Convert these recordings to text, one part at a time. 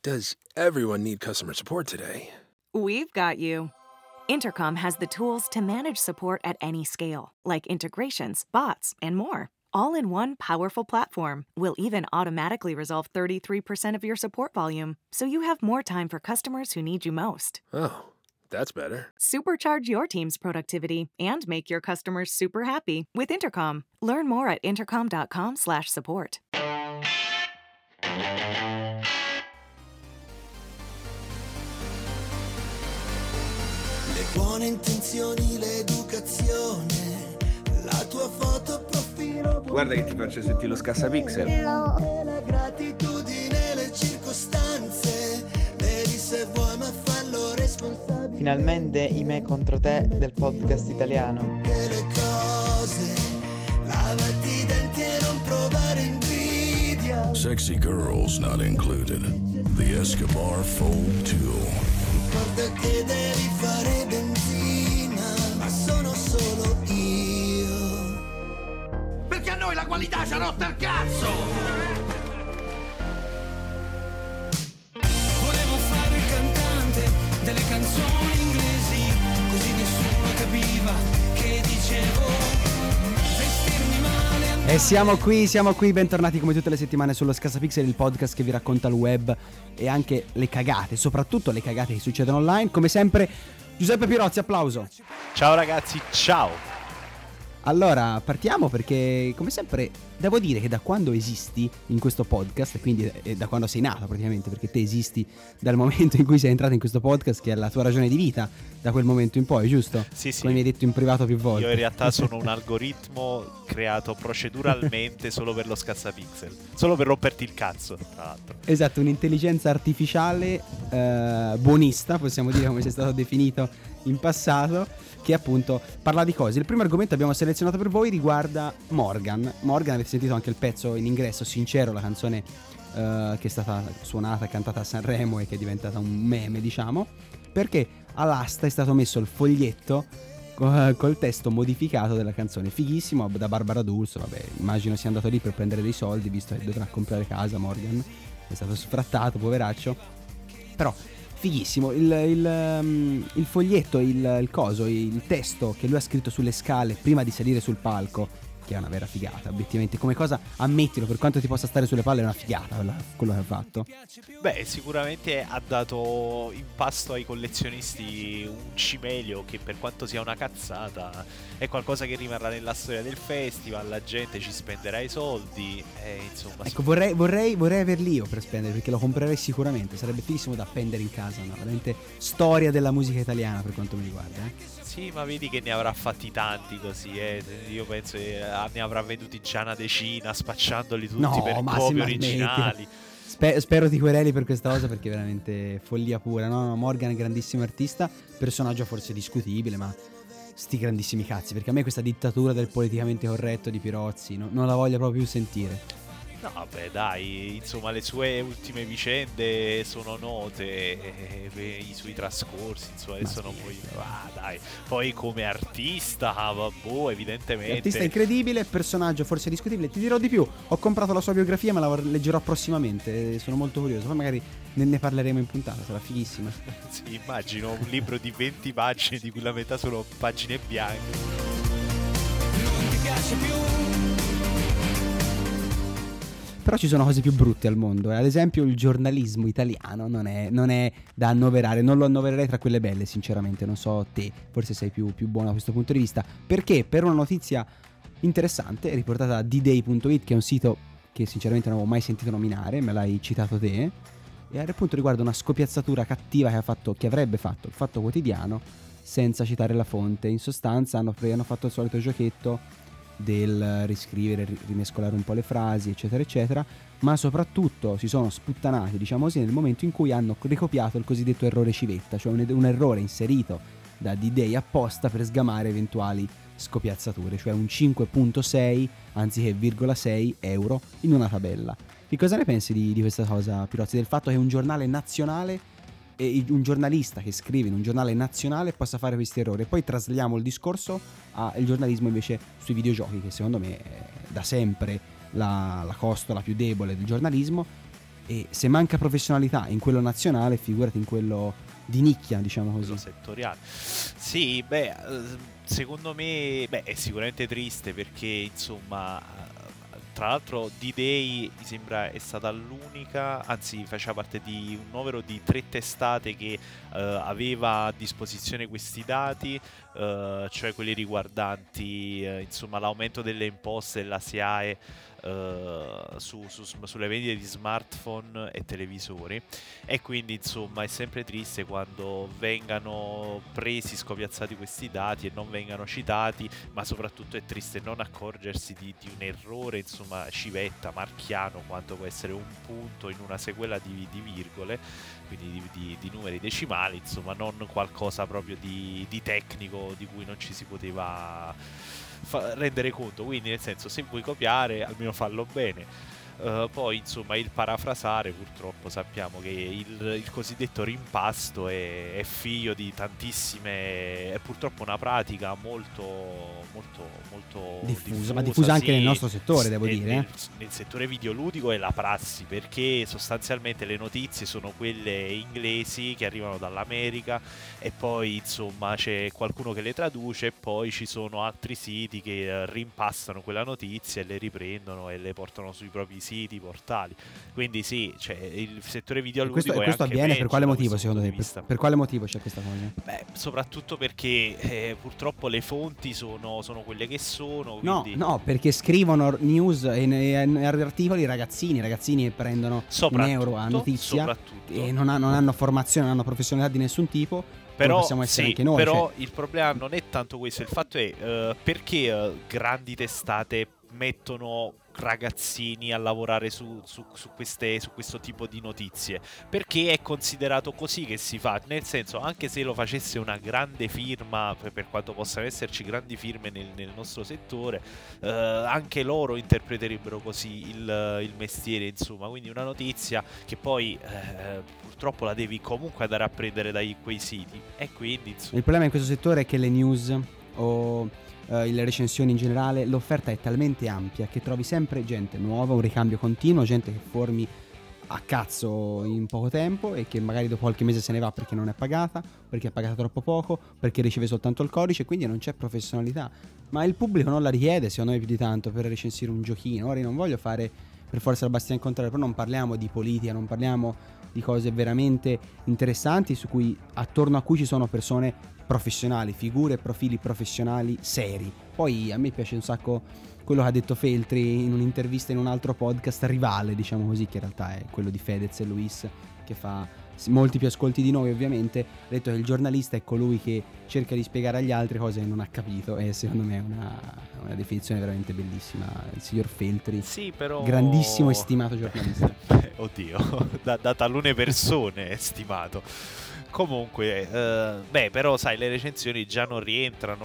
Does everyone need customer support today? We've got you. Intercom has the tools to manage support at any scale, like integrations, bots, and more. All in one powerful platform. We'll even automatically resolve 33% of your support volume, so you have more time for customers who need you most. Oh, that's better. Supercharge your team's productivity and make your customers super happy with Intercom. Learn more at intercom.com/support. Le buone intenzioni, l'educazione, la tua foto profilo. Guarda che ti faccio sentire lo scassapixel. E la gratitudine, le circostanze, vedi se vuoi ma fallo responsabile. Finalmente i me contro te del podcast italiano. Che le cose, lavati i denti e non provare invidia. Sexy girls not included. The Escobar Fold 2. Ricorda che devi fare benzina, ma sono solo io. Perché a noi la qualità ci ha rotto il cazzo! Volevo fare il cantante delle canzoni inglesi, così nessuno capiva che dicevo. Vestirmi male. E siamo qui, bentornati come tutte le settimane sullo Scassapixel, il podcast che vi racconta il web e anche le cagate, soprattutto le cagate che succedono online. Come sempre, Giuseppe Pirozzi, applauso. Ciao ragazzi, ciao. Allora, partiamo perché, come sempre, devo dire che da quando esisti in questo podcast, quindi da quando sei nato praticamente, perché te esisti dal momento in cui sei entrato in questo podcast, che è la tua ragione di vita, da quel momento in poi, giusto? Sì, sì. Come mi hai detto in privato più volte. Io in realtà sono un algoritmo creato proceduralmente solo per lo scassapixel, solo per romperti il cazzo, tra l'altro. Esatto, un'intelligenza artificiale buonista, possiamo dire, come sia stato definito in passato, che appunto parla di cose. Il primo argomento che abbiamo selezionato per voi riguarda Morgan. Morgan, avete sentito anche il pezzo in ingresso, Sincero, la canzone che è stata suonata e cantata a Sanremo e che è diventata un meme, diciamo, perché all'asta è stato messo il foglietto col testo modificato della canzone. Fighissimo, da Barbara D'Urso. Vabbè, immagino sia andato lì per prendere dei soldi, visto che dovrà comprare casa. Morgan è stato sfrattato, poveraccio. Però fighissimo, il foglietto, il coso, il testo che lui ha scritto sulle scale prima di salire sul palco, che è una vera figata, obiettivamente. Come cosa, ammettilo, per quanto ti possa stare sulle palle, è una figata quello che ha fatto. Beh, sicuramente ha dato in pasto ai collezionisti un cimelio che, per quanto sia una cazzata, è qualcosa che rimarrà nella storia del festival. La gente ci spenderà i soldi e insomma. Ecco, vorrei averli io per spendere, perché lo comprerei sicuramente. Sarebbe fighissimo da appendere in casa, no? Veramente storia della musica italiana per quanto mi riguarda, Sì, ma vedi che ne avrà fatti tanti così, Io penso che ne avrà venduti già una decina, spacciandoli tutti per copie originali. Spero ti quereli per questa cosa, perché è veramente follia pura. No, Morgan è grandissimo artista, personaggio forse discutibile, ma sti grandissimi cazzi, perché a me questa dittatura del politicamente corretto di Pirozzi non la voglio proprio più sentire. No, vabbè, dai, insomma, le sue ultime vicende sono note, i suoi trascorsi, insomma, adesso non voglio. Dai, poi come artista, vabbè, evidentemente. Artista incredibile, personaggio forse discutibile. Ti dirò di più, ho comprato la sua biografia, me la leggerò prossimamente, sono molto curioso. Poi magari ne parleremo in puntata, sarà fighissima. Sì, immagino un libro di 20 pagine, di cui la metà sono pagine bianche. Non ti piace più. Però ci sono cose più brutte al mondo, ad esempio il giornalismo italiano non è da annoverare, non lo annovererei tra quelle belle sinceramente. Non so te, forse sei più buono da questo punto di vista, perché per una notizia interessante riportata da dday.it, che è un sito che sinceramente non avevo mai sentito nominare, me l'hai citato te, e appunto riguarda una scopiazzatura cattiva che avrebbe fatto il Fatto Quotidiano senza citare la fonte. In sostanza hanno fatto il solito giochetto del riscrivere, rimescolare un po' le frasi, eccetera eccetera, ma soprattutto si sono sputtanati, diciamo così, nel momento in cui hanno ricopiato il cosiddetto errore civetta, cioè un errore inserito da D-Day apposta per sgamare eventuali scopiazzature, cioè un 5.6 anziché ,6 euro in una tabella. Che cosa ne pensi di questa cosa, Pirozzi, del fatto che un giornale nazionale e un giornalista che scrive in un giornale nazionale possa fare questi errori? E poi trasliamo il discorso al giornalismo invece sui videogiochi, che secondo me è da sempre la costola più debole del giornalismo, e se manca professionalità in quello nazionale, figurati in quello di nicchia, diciamo così. Quello settoriale. Sì, secondo me è sicuramente triste perché insomma tra l'altro D-Day mi sembra è stata l'unica, anzi faceva parte di un novero di 3 testate che aveva a disposizione questi dati, cioè quelli riguardanti insomma l'aumento delle imposte della SIAE sulle vendite di smartphone e televisori, e quindi insomma è sempre triste quando vengano presi, scopiazzati questi dati e non vengano citati, ma soprattutto è triste non accorgersi di un errore insomma civetta, marchiano, quanto può essere un punto in una sequela di virgole, quindi di numeri decimali, insomma non qualcosa proprio di tecnico di cui non ci si poteva rendere conto. Quindi nel senso, se vuoi copiare almeno fallo bene. Poi insomma il parafrasare, purtroppo sappiamo che il cosiddetto rimpasto è figlio di tantissime, è purtroppo una pratica molto diffusa, ma diffusa anche nel nostro settore, devo dire. Nel settore videoludico è la prassi, perché sostanzialmente le notizie sono quelle inglesi che arrivano dall'America e poi insomma c'è qualcuno che le traduce e poi ci sono altri siti che rimpastano quella notizia e le riprendono e le portano sui propri siti, portali. Quindi sì, cioè il settore videoludico questo anche avviene per quale da motivo, questo secondo punto te? di vista. Per quale motivo c'è questa cosa? Beh, soprattutto perché purtroppo le fonti sono quelle che sono. Quindi... No, perché scrivono news e articoli ragazzini e prendono €1 a notizia e non hanno formazione, non hanno professionalità di nessun tipo. Però, possiamo essere anche noi. Però il problema non è tanto questo, il fatto è perché grandi testate mettono ragazzini a lavorare su questo tipo di notizie, perché è considerato così che si fa, nel senso, anche se lo facesse una grande firma, per quanto possano esserci grandi firme nel nostro settore, anche loro interpreterebbero così il mestiere, insomma. Quindi una notizia che poi purtroppo la devi comunque andare a prendere da quei siti, e quindi insomma... Il problema in questo settore è che le news o le recensioni in generale, l'offerta è talmente ampia che trovi sempre gente nuova, un ricambio continuo, gente che formi a cazzo in poco tempo e che magari dopo qualche mese se ne va perché non è pagata, perché è pagata troppo poco, perché riceve soltanto il codice, quindi non c'è professionalità. Ma il pubblico non la richiede, secondo me, più di tanto per recensire un giochino. Ora io non voglio fare per forza la bastiana contraria, però non parliamo di politica, non parliamo di cose veramente interessanti attorno a cui ci sono persone professionali, figure e profili professionali seri. Poi a me piace un sacco quello che ha detto Feltri in un'intervista in un altro podcast rivale, diciamo così, che in realtà è quello di Fedez e Luis, che fa molti più ascolti di noi ovviamente. Ha detto che il giornalista è colui che cerca di spiegare agli altri cose che non ha capito, e secondo me è una definizione veramente bellissima, il signor Feltri. Sì, però... grandissimo e stimato giornalista. Oddio, da talune persone è stimato. Comunque, però sai, le recensioni già non rientrano,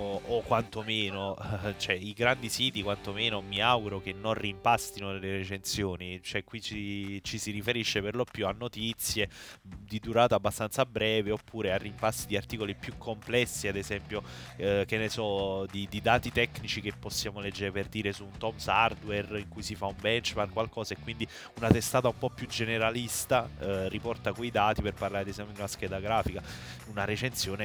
o quantomeno, cioè i grandi siti quantomeno mi auguro che non rimpastino le recensioni. Cioè qui ci si riferisce per lo più a notizie di durata abbastanza breve, oppure a rimpasti di articoli più complessi, ad esempio che ne so, di dati tecnici che possiamo leggere, per dire, su un Tom's Hardware in cui si fa un benchmark, qualcosa, e quindi una testata un po' più generalista riporta quei dati per parlare ad esempio di una scheda grafica. Una recensione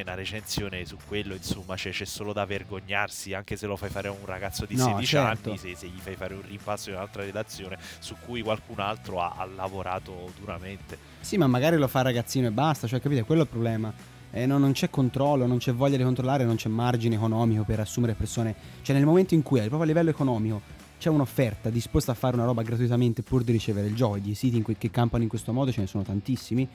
su quello, insomma, c'è solo da vergognarsi, anche se lo fai fare a un ragazzo di 16 anni, se gli fai fare un rimpasso in un'altra redazione su cui qualcun altro ha lavorato duramente. Sì, ma magari lo fa ragazzino e basta, cioè, capite, quello è il problema. Non c'è controllo, non c'è voglia di controllare, non c'è margine economico per assumere persone. Cioè, nel momento in cui proprio a livello economico c'è un'offerta disposta a fare una roba gratuitamente pur di ricevere il gioco, di siti che campano in questo modo ce ne sono tantissimi,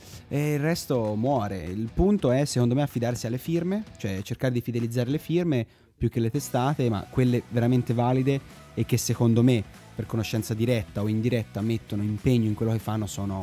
e il resto muore. Il punto è, secondo me, affidarsi alle firme, cioè cercare di fidelizzare le firme più che le testate, ma quelle veramente valide e che secondo me, per conoscenza diretta o indiretta, mettono impegno in quello che fanno, sono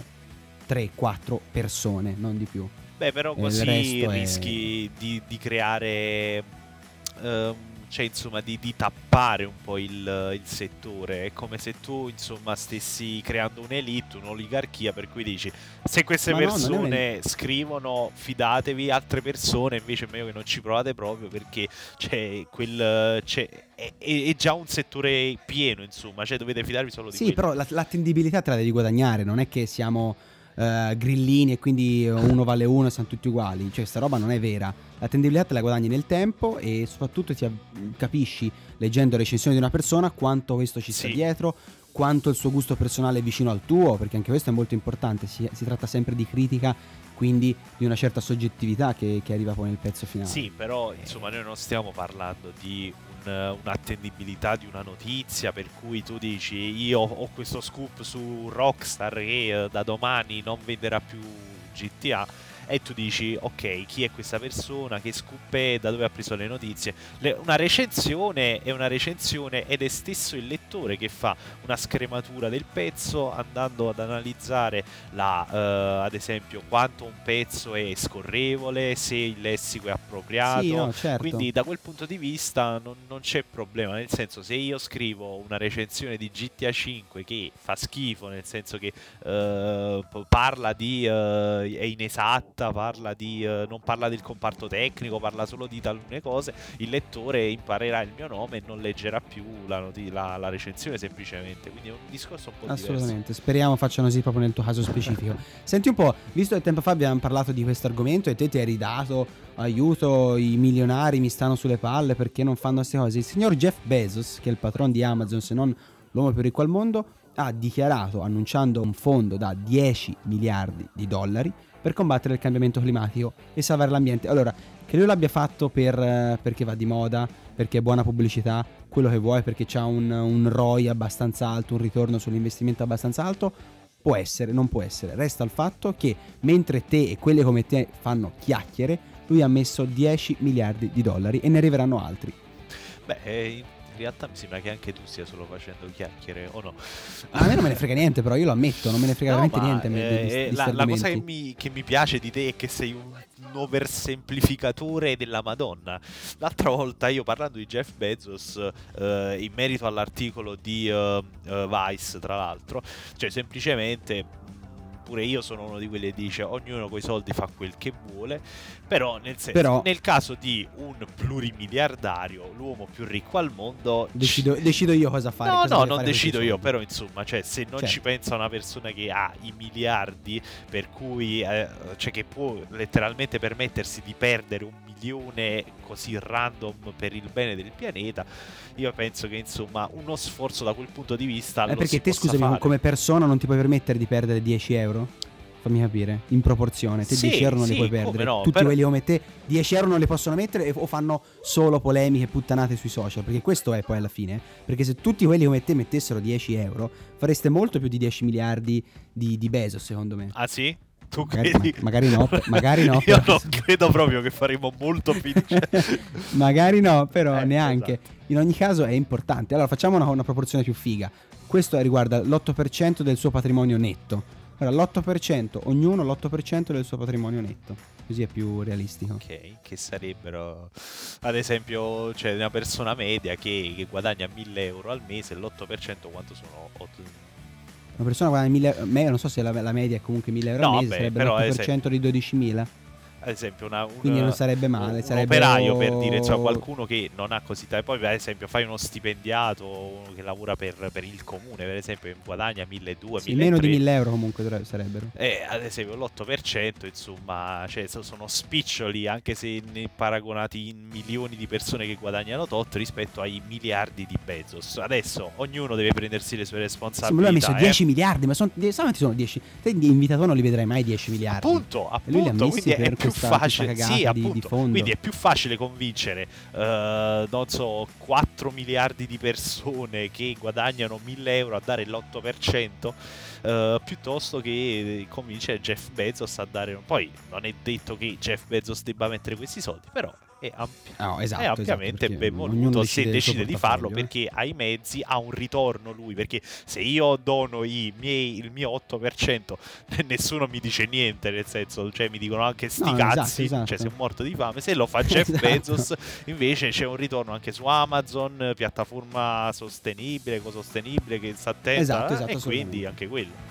3-4 persone, non di più. Beh, però così rischi di creare cioè insomma di tappare un po' il settore. È come se tu insomma stessi creando un'elite, un'oligarchia, per cui dici se queste Ma no, non è persone scrivono fidatevi, altre persone invece è meglio che non ci provate proprio, perché è già un settore pieno, insomma, cioè dovete fidarvi solo di Sì, quello. però l'attendibilità te la devi guadagnare, non è che siamo grillini e quindi uno vale uno e siamo tutti uguali, cioè sta roba non è vera. L'attendibilità te la guadagni nel tempo e soprattutto capisci leggendo recensioni di una persona quanto questo ci sta Sì. dietro, quanto il suo gusto personale è vicino al tuo, perché anche questo è molto importante, si tratta sempre di critica, quindi di una certa soggettività che arriva poi nel pezzo finale. Sì, però insomma noi non stiamo parlando di un'attendibilità di una notizia per cui tu dici io ho questo scoop su Rockstar che da domani non venderà più GTA, e tu dici ok, chi è questa persona, che scoop è, da dove ha preso le notizie. Una recensione è una recensione ed è stesso il lettore che fa una scrematura del pezzo andando ad analizzare ad esempio quanto un pezzo è scorrevole, se il lessico è appropriato. Sì, no, certo. Quindi da quel punto di vista non c'è problema, nel senso se io scrivo una recensione di GTA 5 che fa schifo, nel senso che parla di è inesatta, parla di non parla del comparto tecnico, parla solo di talune cose, il lettore imparerà il mio nome e non leggerà più la recensione semplicemente. Quindi è un discorso un po' assolutamente, speriamo facciano così proprio nel tuo caso specifico. Senti un po', visto che tempo fa abbiamo parlato di questo argomento e te ti eri dato aiuto, i milionari mi stanno sulle palle perché non fanno queste cose, il signor Jeff Bezos, che è il patron di Amazon, se non l'uomo più ricco al mondo, ha dichiarato, annunciando un fondo da 10 miliardi di dollari per combattere il cambiamento climatico e salvare l'ambiente. Allora, che lui l'abbia fatto perché va di moda, perché è buona pubblicità, quello che vuoi, perché c'ha un ROI abbastanza alto, un ritorno sull'investimento abbastanza alto, può essere, non può essere. Resta il fatto che mentre te e quelle come te fanno chiacchiere, lui ha messo 10 miliardi di dollari e ne arriveranno altri. Beh, in realtà mi sembra che anche tu stia solo facendo chiacchiere, o no? A me non me ne frega niente, però io lo ammetto, non me ne frega No, veramente ma, niente di sti la cosa argomenti. che mi piace di te è che sei un oversemplificatore della Madonna. L'altra volta io parlando di Jeff Bezos in merito all'articolo di Vice, tra l'altro, cioè semplicemente pure io sono uno di quelli che dice ognuno coi soldi fa quel che vuole, però nel caso di un plurimiliardario, l'uomo più ricco al mondo, decido io cosa fare. No, non decido io, però insomma, cioè se non certo. ci pensa una persona che ha i miliardi, per cui cioè che può letteralmente permettersi di perdere 1 milione così random per il bene del pianeta, io penso che insomma uno sforzo da quel punto di vista lo perché si te possa scusami, fare. come persona non ti puoi permettere di perdere 10 euro? Fammi capire, in proporzione, te Sì, 10 euro non li sì, puoi come perdere, no, tutti però- quelli come te 10 euro non li possono mettere o fanno solo polemiche e puttanate sui social, perché questo è poi alla fine, perché se tutti quelli come te mettessero 10 euro fareste molto più di 10 miliardi di Bezos, secondo me. Ah sì? Tu Magari- credi? magari no, magari no, Io però- non credo proprio che faremo molto più di Magari no, però neanche. esatto. In ogni caso è importante. Allora facciamo una proporzione più figa. Questo riguarda l'8% del suo patrimonio netto. Allora l'8%, ognuno l'8% del suo patrimonio netto. Così è più realistico. Ok, che sarebbero ad esempio, cioè una persona media che guadagna 1.000 euro al mese, l'8% quanto sono? Una persona guadagna 1000 euro, non so se la media è comunque 1000 euro No, al mese, vabbè, sarebbe però, l'8% di 12.000. Ad esempio Quindi non sarebbe male, un sarebbe operaio, per dire, insomma, qualcuno che non ha così tanto. Poi per esempio fai uno stipendiato, uno che lavora per il comune, per esempio, che guadagna 1.200, sì, meno di 1000 euro comunque sarebbero. ad esempio l'8%, insomma, cioè, sono spiccioli, anche se paragonati in milioni di persone che guadagnano tot rispetto ai miliardi di Bezos. Adesso ognuno deve prendersi le sue Sì, ma responsabilità. lui ha messo 10 miliardi, ma sono 10. Te di invitato non li vedrai mai 10 miliardi. Appunto, E lui li ha messi quindi è per più facile, cagata sì, di appunto, fondo. quindi è più facile convincere, non so, 4 miliardi di persone che guadagnano 1.000 euro a dare l'8%, piuttosto che convincere Jeff Bezos a dare. Poi non è detto che Jeff Bezos debba mettere questi soldi, però esatto, è ampiamente perché ben ognuno voluto se decide del suo decide di farlo, portafoglio, perché ha i mezzi, ha un ritorno lui, perché se io dono il mio 8% nessuno mi dice niente, nel senso, cioè mi dicono anche sti No, cazzi, esatto. cioè sei un morto di fame. Se lo fa Jeff Esatto. Bezos invece c'è un ritorno anche su Amazon, piattaforma sostenibile, ecosostenibile, che sta attenta, Esatto, e assolutamente. quindi anche quello.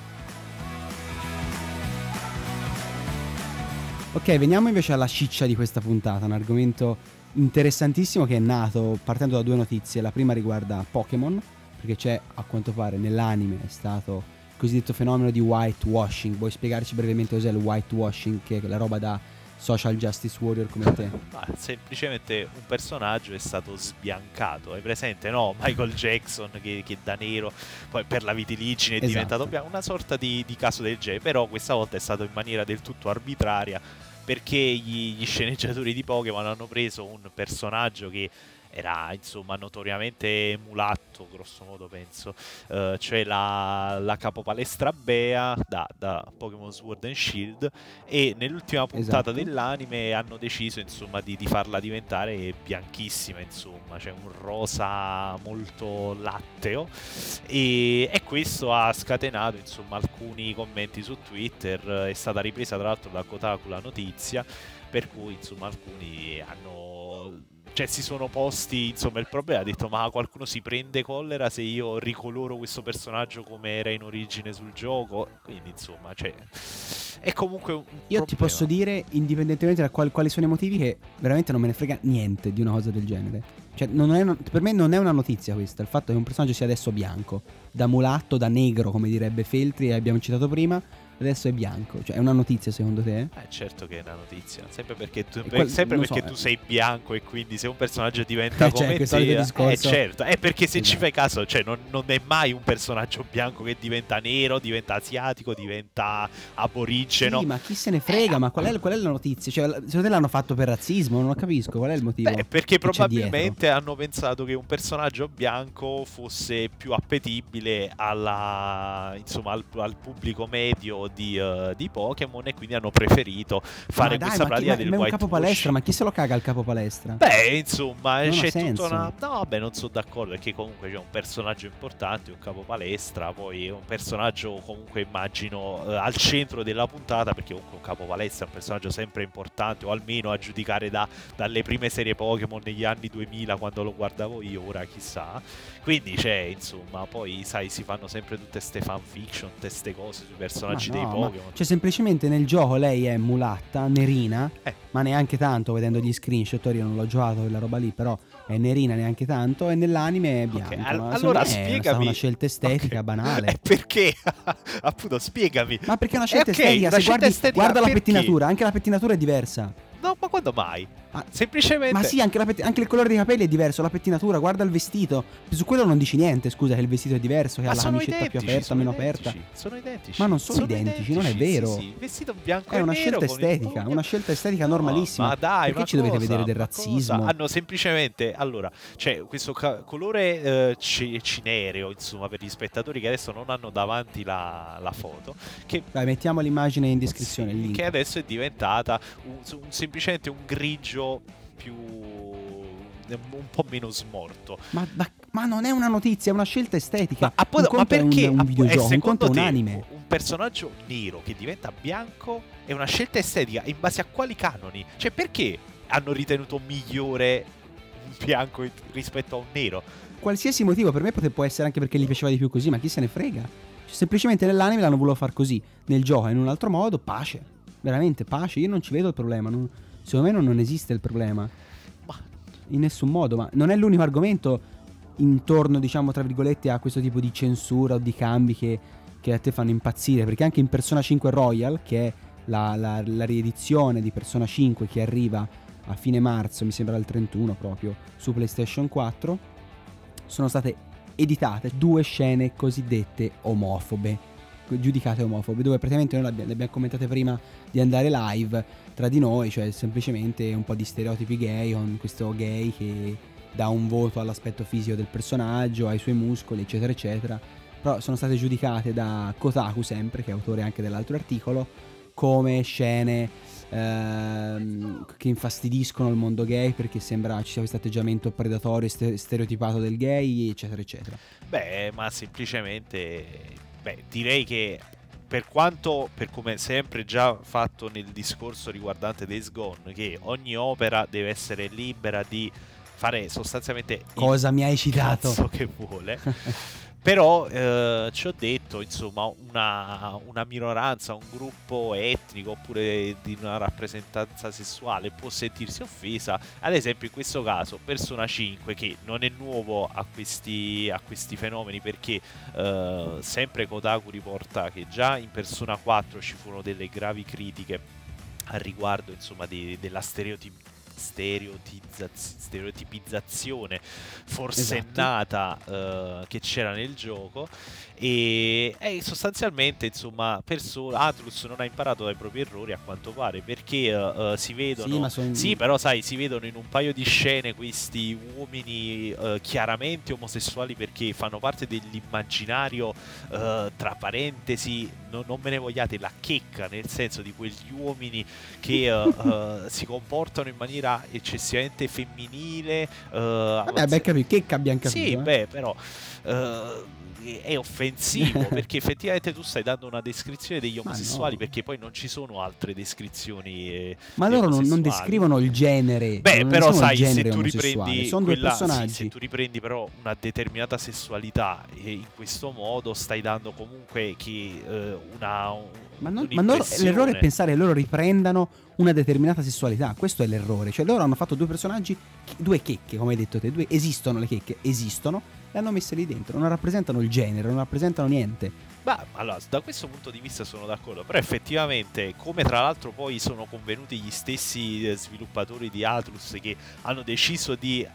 Ok, veniamo invece alla ciccia di questa puntata, un argomento interessantissimo che è nato partendo da due notizie. La prima riguarda Pokémon, perché c'è, a quanto pare, nell'anime è stato il cosiddetto fenomeno di whitewashing. Vuoi spiegarci brevemente cos'è il whitewashing, che è la roba da social justice warrior come te? Ma semplicemente un personaggio è stato sbiancato. Hai presente, no? Michael Jackson che da nero poi per la vitiligine è Esatto. diventato bianco. Una sorta di caso del genere. Però questa volta è stato in maniera del tutto arbitraria, perché gli sceneggiatori di Pokémon hanno preso un personaggio che era insomma notoriamente mulatto, grosso modo penso, cioè la capopalestra Bea da Pokémon Sword and Shield, e nell'ultima puntata Esatto. dell'anime hanno deciso insomma di farla diventare bianchissima, insomma, cioè un rosa molto latteo, e questo ha scatenato insomma alcuni commenti su Twitter. È stata ripresa tra l'altro da Kotaku la notizia, per cui insomma alcuni si sono posti insomma il problema, ha detto: ma qualcuno si prende collera se io ricoloro questo personaggio come era in origine sul gioco? Quindi insomma è comunque un Io ti problema. posso dire, indipendentemente da quali sono i motivi, che veramente non me ne frega niente di una cosa del genere. Cioè, per me non è una notizia questa, il fatto che un personaggio sia adesso bianco, da mulatto, da negro, come direbbe Feltri, abbiamo citato prima, adesso è bianco. Cioè, è una notizia secondo te? Certo che è una notizia, sempre perché tu, non so, tu sei bianco, e quindi se un personaggio diventa cioè, come questo te, discorso. certo, è perché se ci Esatto. fai caso, cioè non è mai un personaggio bianco che diventa nero, diventa asiatico, diventa aborigeno. Sì, ma chi se ne frega? Ma qual è la notizia? Cioè, secondo te l'hanno fatto per razzismo? Non lo capisco, qual è il motivo? Beh, perché che c'è probabilmente hanno pensato che un personaggio bianco fosse più appetibile al pubblico medio di Pokémon, e quindi hanno preferito fare questa pratica del ma è un whitewashing. capo palestra, ma chi se lo caga il capo palestra? Beh, insomma, Non ha c'è senso. tutta una... No, vabbè, non sono d'accordo, perché comunque c'è un personaggio importante, un capo palestra, poi è un personaggio comunque immagino al centro della puntata, perché comunque un capo palestra è un personaggio sempre importante, o almeno a giudicare dalle prime serie Pokémon negli anni 2000, quando lo guardavo io, ora chissà. Quindi c'è, insomma, poi sai, si fanno sempre tutte ste fanfiction, tutte ste cose sui personaggi dei Pokémon. Cioè, semplicemente nel gioco lei è mulatta, nerina, ma neanche tanto, vedendo gli screenshot. Io non l'ho giocato quella roba lì, però è nerina neanche tanto, e nell'anime è bianco. Allora spiegami. È stata una scelta estetica banale. Perché? Appunto, spiegami. Ma perché è una scelta Okay, estetica? una Se scelta estetica, guarda la perché? pettinatura, anche la pettinatura è diversa. No, ma quando mai? Ah, Semplicemente. Ma sì, anche il colore dei capelli è diverso, la pettinatura, guarda il vestito. Su quello non dici niente, scusa, che il vestito è diverso, che Ma ha la sono camicetta più identici, aperta, sono meno identici, aperta. Sono identici. Ma non sono identici, non è vero. Sì, il vestito bianco È una nero scelta con il estetica, Pokémon. una scelta estetica normalissima. Ma dai, perché ci dovete vedere del razzismo? Hanno semplicemente, allora, c'è questo colore cinereo, insomma, per gli spettatori che adesso non hanno davanti la foto, che Dai, mettiamo l'immagine in descrizione, il link. che adesso è diventata semplicemente un grigio più un po' meno smorto. Ma non è una notizia, è una scelta estetica. Ma un conto perché è un videogioco, un conto è un te anime. un personaggio nero che diventa bianco è una scelta estetica? In base a quali canoni? Cioè, perché hanno ritenuto migliore un bianco rispetto a un nero? Qualsiasi motivo, per me può essere anche perché gli piaceva di più così, ma chi se ne frega? Cioè, semplicemente nell'anime l'hanno voluto far così, nel gioco in un altro modo, pace. Veramente pace, io non ci vedo il problema, secondo me non esiste il problema. Ma in nessun modo, ma non è l'unico argomento intorno, diciamo, tra virgolette, a questo tipo di censura o di cambi che a te fanno impazzire, perché anche in Persona 5 Royal, che è la riedizione di Persona 5 che arriva a fine marzo, mi sembra il 31 proprio, su PlayStation 4, sono state editate 2 scene cosiddette omofobe, giudicate omofobe, dove praticamente noi le abbiamo commentate prima di andare live tra di noi, cioè semplicemente un po' di stereotipi gay, con questo gay che dà un voto all'aspetto fisico del personaggio, ai suoi muscoli, eccetera eccetera, però sono state giudicate da Kotaku, sempre, che è autore anche dell'altro articolo, come scene che infastidiscono il mondo gay, perché sembra ci sia questo atteggiamento predatorio e stereotipato del gay, eccetera eccetera. Beh, ma semplicemente direi che per come sempre già fatto nel discorso riguardante Days Gone, che ogni opera deve essere libera di fare sostanzialmente cosa mi hai citato, cazzo che vuole. Però ci ho detto, insomma, una minoranza, un gruppo etnico oppure di una rappresentanza sessuale può sentirsi offesa. Ad esempio in questo caso Persona 5, che non è nuovo a questi fenomeni, perché sempre Kotaku riporta che già in Persona 4 ci furono delle gravi critiche al riguardo, insomma, della stereotipizzazione forsennata, esatto, che c'era nel gioco, e sostanzialmente, insomma, Atlus non ha imparato dai propri errori, a quanto pare, perché si vedono però sai, si vedono in un paio di scene questi uomini chiaramente omosessuali, perché fanno parte dell'immaginario, tra parentesi, non me ne vogliate, la checca, nel senso di quegli uomini che si comportano in maniera eccessivamente femminile. Vabbè, capito, che abbiamo capito. Sì, però è offensivo perché effettivamente tu stai dando una descrizione degli omosessuali, perché poi non ci sono altre descrizioni. Ma loro non descrivono il genere. Però sai, se tu riprendi sono due personaggi. se tu riprendi però una determinata sessualità, e in questo modo stai dando comunque che l'errore è pensare che loro riprendano una determinata sessualità. Questo è l'errore. Cioè loro hanno fatto due personaggi, due checche, come hai detto te, esistono le checche, esistono, le hanno messe lì dentro, non rappresentano il genere, non rappresentano niente. Ma allora, da questo punto di vista sono d'accordo, però effettivamente, come tra l'altro poi sono convenuti gli stessi sviluppatori di Atlus, che hanno deciso di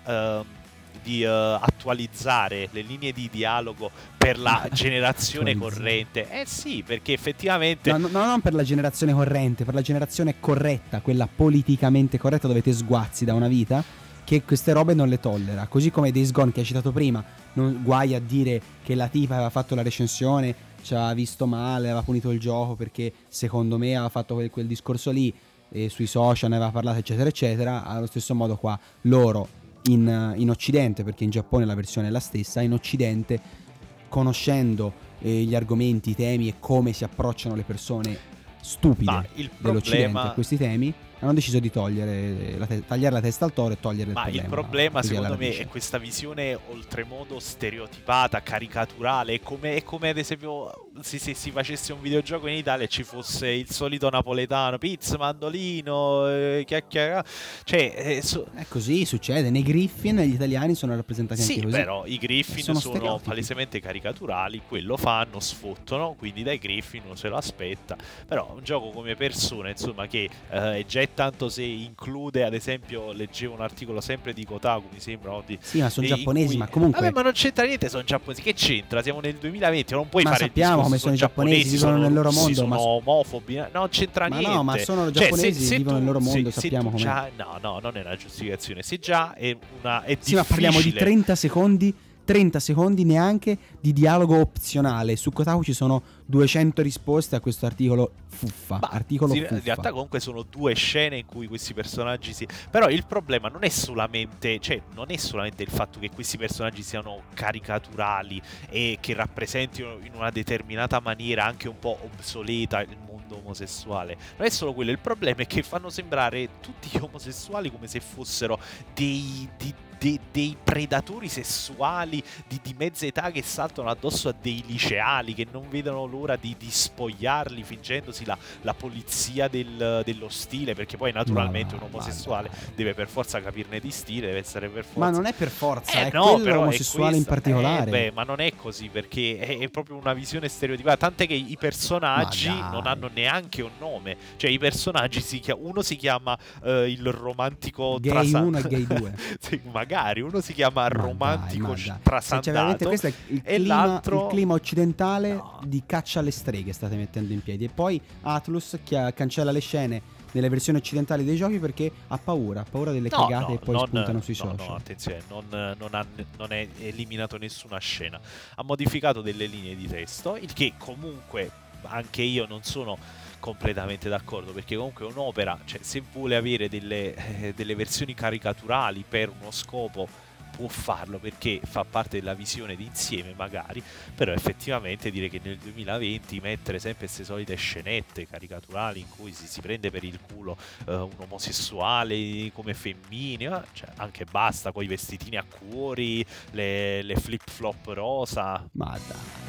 attualizzare le linee di dialogo per la generazione corrente. Sì, perché effettivamente non per la generazione corrente, per la generazione corretta, quella politicamente corretta, dove te sguazzi da una vita, che queste robe non le tollera. Così come Days Gone, che hai citato prima, non guai a dire che la tipa aveva fatto la recensione, ci aveva visto male, aveva punito il gioco perché secondo me aveva fatto quel discorso lì, e sui social ne aveva parlato, eccetera eccetera. Allo stesso modo qua loro in Occidente, perché in Giappone la versione è la stessa, in Occidente, conoscendo gli argomenti, i temi e come si approcciano le persone stupide dell'Occidente a questi temi, hanno deciso di tagliare la testa al toro e togliere il problema. Ma il problema secondo me è questa visione oltremodo stereotipata, caricaturale. È come ad esempio se si facesse un videogioco in Italia e ci fosse il solito napoletano, pizza, mandolino, chiacchiera. Cioè è così, succede. Nei Griffin gli italiani sono rappresentati anche così. Sì, però i Griffin sono palesemente caricaturali, quello fanno, sfottono, quindi dai Griffin uno se lo aspetta. Però un gioco come Persona, insomma, che è già tanto se include, ad esempio, leggevo un articolo sempre di Kotaku, mi sembra, no? Sì, ma sono giapponesi, ma comunque vabbè, ma non c'entra niente, sono giapponesi. Che c'entra? Siamo nel 2020, non puoi fare sappiamo come sono i giapponesi, vivono nel loro mondo, sono omofobi, non c'entra niente. No, ma sono giapponesi, se vivono nel loro mondo, sappiamo come. No, non è una giustificazione. Se già è difficile. Ma parliamo di 30 secondi neanche di dialogo opzionale. Su Kotaku ci sono 200 risposte a questo articolo fuffa. In realtà comunque sono due scene in cui questi personaggi Però il problema non è solamente il fatto che questi personaggi siano caricaturali e che rappresentino in una determinata maniera anche un po' obsoleta il mondo omosessuale. Non è solo quello, il problema è che fanno sembrare tutti gli omosessuali come se fossero dei predatori sessuali di mezza età che saltano addosso a dei liceali, che non vedono l'ora di spogliarli, fingendosi la polizia dello stile, perché poi naturalmente un omosessuale deve per forza capirne di stile, deve essere per forza. Ma non è per forza, è quello omosessuale in particolare. Ma non è così, perché è proprio una visione stereotipata, tant'è che i personaggi non hanno neanche un nome. Cioè i personaggi uno si chiama il romantico gay 1 e gay 2. Sì, magari uno si chiama romantico trasandato, questo è il clima occidentale di caccia alle streghe state mettendo in piedi. E poi Atlus cancella le scene nelle versioni occidentali dei giochi perché ha paura delle cagate e poi spuntano sui social. No, attenzione, non è eliminato nessuna scena, ha modificato delle linee di testo, il che comunque anche io non sono completamente d'accordo, perché comunque un'opera, cioè, se vuole avere delle versioni caricaturali per uno scopo può farlo, perché fa parte della visione d'insieme magari, però effettivamente dire che nel 2020 mettere sempre queste solite scenette caricaturali in cui si prende per il culo un omosessuale come femminile, cioè anche basta, con i vestitini a cuori, le flip flop rosa. Ma dai.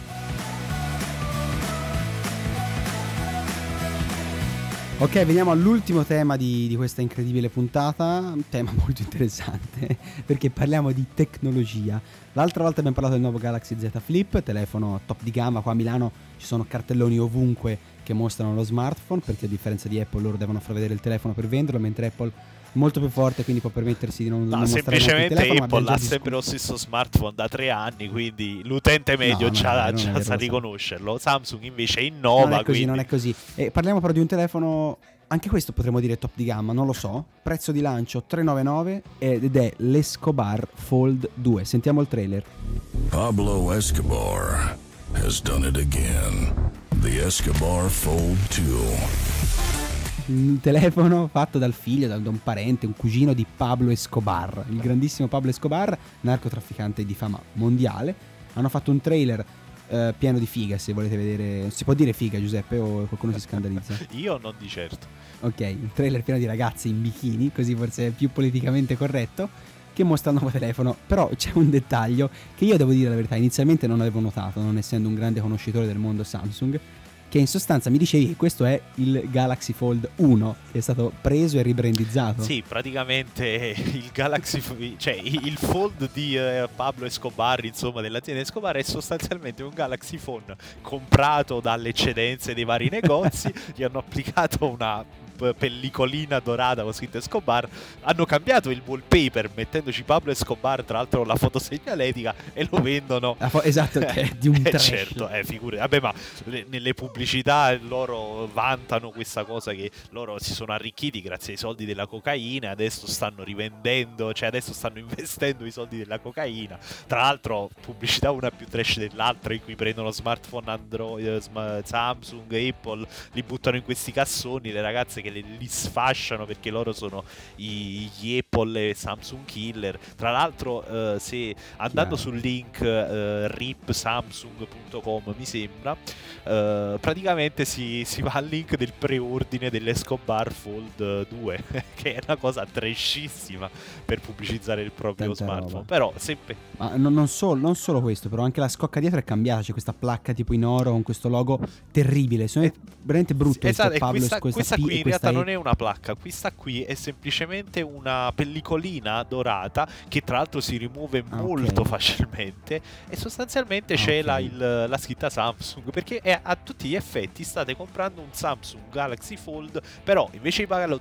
Ok, veniamo all'ultimo tema di questa incredibile puntata, un tema molto interessante perché parliamo di tecnologia. L'altra volta abbiamo parlato del nuovo Galaxy Z Flip, telefono top di gamma. Qua a Milano ci sono cartelloni ovunque che mostrano lo smartphone, perché a differenza di Apple loro devono far vedere il telefono per venderlo, mentre Apple è molto più forte, quindi può permettersi di non mostrare il telefono. Semplicemente Apple ha sempre lo stesso smartphone da 3 anni, quindi l'utente medio già sa riconoscerlo. Samsung invece innova. Non è così, non è così. E parliamo però di un telefono, anche questo potremmo dire top di gamma, non lo so. Prezzo di lancio 399 ed è l'Escobar Fold 2. Sentiamo il trailer. Pablo Escobar has done it again. The Escobar Fold 2. Un telefono fatto dal figlio, da un parente, un cugino di Pablo Escobar, il grandissimo Pablo Escobar, narcotrafficante di fama mondiale. Hanno fatto un trailer pieno di figa, se volete vedere. Si può dire figa, Giuseppe, o qualcuno si scandalizza? Io non di certo. Ok, il trailer pieno di ragazze in bikini, così forse è più politicamente corretto, che mostra il nuovo telefono. Però c'è un dettaglio che io devo dire la verità, inizialmente non avevo notato, non essendo un grande conoscitore del mondo Samsung, che in sostanza mi dicevi che questo è il Galaxy Fold 1 che è stato preso e ribrandizzato. Sì, praticamente il Galaxy, cioè il Fold di Pablo Escobar, insomma dell'azienda Escobar, è sostanzialmente un Galaxy Phone comprato dalle eccedenze dei vari negozi. Gli hanno applicato una pellicolina dorata con scritto Escobar, hanno cambiato il wallpaper mettendoci Pablo Escobar, tra l'altro la fotosegnaletica, e lo vendono. Esatto, che è di un trash. Certo, figure. Vabbè, ma nelle pubblicità loro vantano questa cosa, che loro si sono arricchiti grazie ai soldi della cocaina, adesso stanno rivendendo, cioè adesso stanno investendo i soldi della cocaina. Tra l'altro pubblicità una più trash dell'altra, in cui prendono smartphone Android, Samsung, Apple, li buttano in questi cassoni, le ragazze che li sfasciano perché loro sono gli Apple e Samsung killer. Tra l'altro se andando sul link ripsamsung.com mi sembra, praticamente si va al link del preordine dell'Escobar Fold 2 che è una cosa trashissima per pubblicizzare il proprio Tanta smartphone roba. Però sempre Ma non solo questo, però anche la scocca dietro è cambiata, c'è questa placca tipo in oro con questo logo terribile, è veramente brutto. Esatto, Pablo, questa P qui e in realtà non è una placca, questa qui è semplicemente una pellicolina dorata che tra l'altro si rimuove molto facilmente, e sostanzialmente c'è la scritta Samsung, perché a tutti gli effetti state comprando un Samsung Galaxy Fold, però invece di pagarlo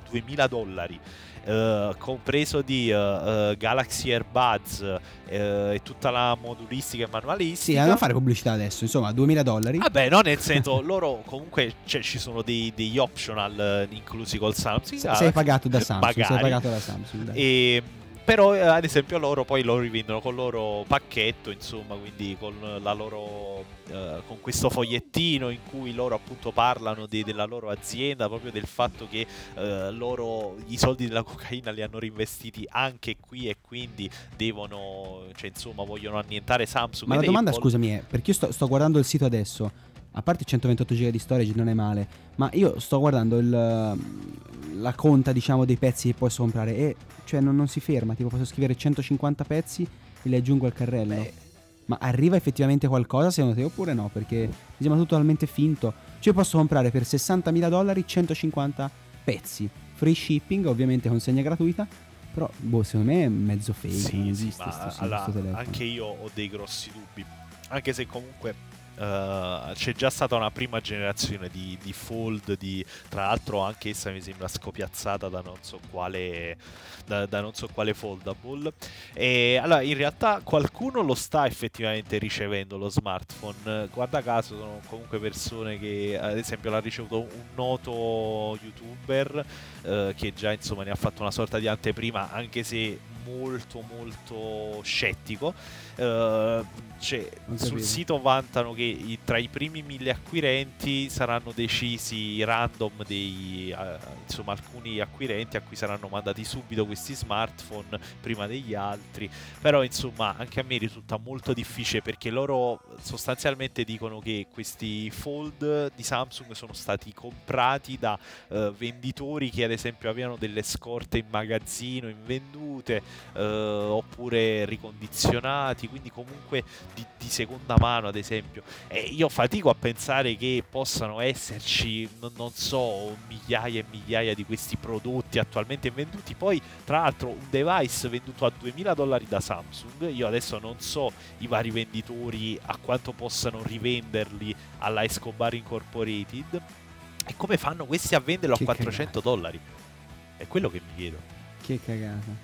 $2000, compreso di Galaxy Airbuds e tutta la modulistica e manualistica. Sì, hanno a fare pubblicità adesso, insomma, $2000. Vabbè, no, nel senso, loro comunque ci sono degli optional inclusi col Samsung. Sei pagato da Samsung, magari. sei pagato da Samsung, dai. Però ad esempio loro poi lo rivendono col loro pacchetto, insomma, quindi con la loro con questo fogliettino in cui loro appunto parlano della loro azienda, proprio del fatto che loro i soldi della cocaina li hanno reinvestiti anche qui, e quindi devono, cioè insomma, vogliono annientare Samsung. Ma la domanda, Apple. scusami, è perché io sto guardando il sito adesso, a parte 128 GB di storage non è male, ma io sto guardando la conta, diciamo, dei pezzi che posso comprare, e cioè non si ferma, tipo posso scrivere 150 pezzi e li aggiungo al carrello. Ma arriva effettivamente qualcosa secondo te oppure no? Perché mi sembra tutto talmente finto. Cioè posso comprare per $60.000 150 pezzi, free shipping, ovviamente consegna gratuita, però secondo me è mezzo fake, non esiste questo telefono. Anche io ho dei grossi dubbi, anche se comunque c'è già stata una prima generazione di Fold, tra l'altro anche essa mi sembra scopiazzata da non so quale foldable, e allora in realtà qualcuno lo sta effettivamente ricevendo lo smartphone. Guarda caso sono comunque persone che, ad esempio, l'ha ricevuto un noto youtuber che già insomma ne ha fatto una sorta di anteprima, anche se molto molto scettico. Cioè, Ho sul capito. sito vantano che tra i primi 1000 acquirenti saranno decisi random insomma, alcuni acquirenti a cui saranno mandati subito questi smartphone prima degli altri. Però insomma anche a me risulta molto difficile, perché loro sostanzialmente dicono che questi Fold di Samsung sono stati comprati da venditori che ad esempio avevano delle scorte in magazzino invendute, oppure ricondizionati, quindi comunque di seconda mano ad esempio. E io fatico a pensare che possano esserci, non so, migliaia e migliaia di questi prodotti attualmente venduti. Poi tra l'altro un device venduto a $2000 da Samsung, io adesso non so i vari venditori a quanto possano rivenderli alla Escobar Incorporated, e come fanno questi a venderlo Che a $400? È quello che mi chiedo. Che cagata.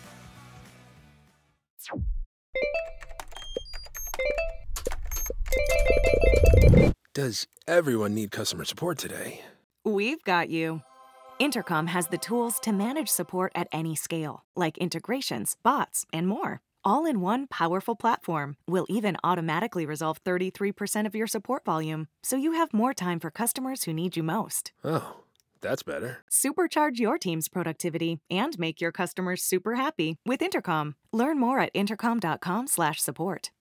Does everyone need customer support today? We've got you. Intercom has the tools to manage support at any scale, like integrations, bots, and more. All in one powerful platform. We'll even automatically resolve 33% of your support volume, so you have more time for customers who need you most. Oh, that's better. Supercharge your team's productivity and make your customers super happy with Intercom. Learn more at intercom.com/support.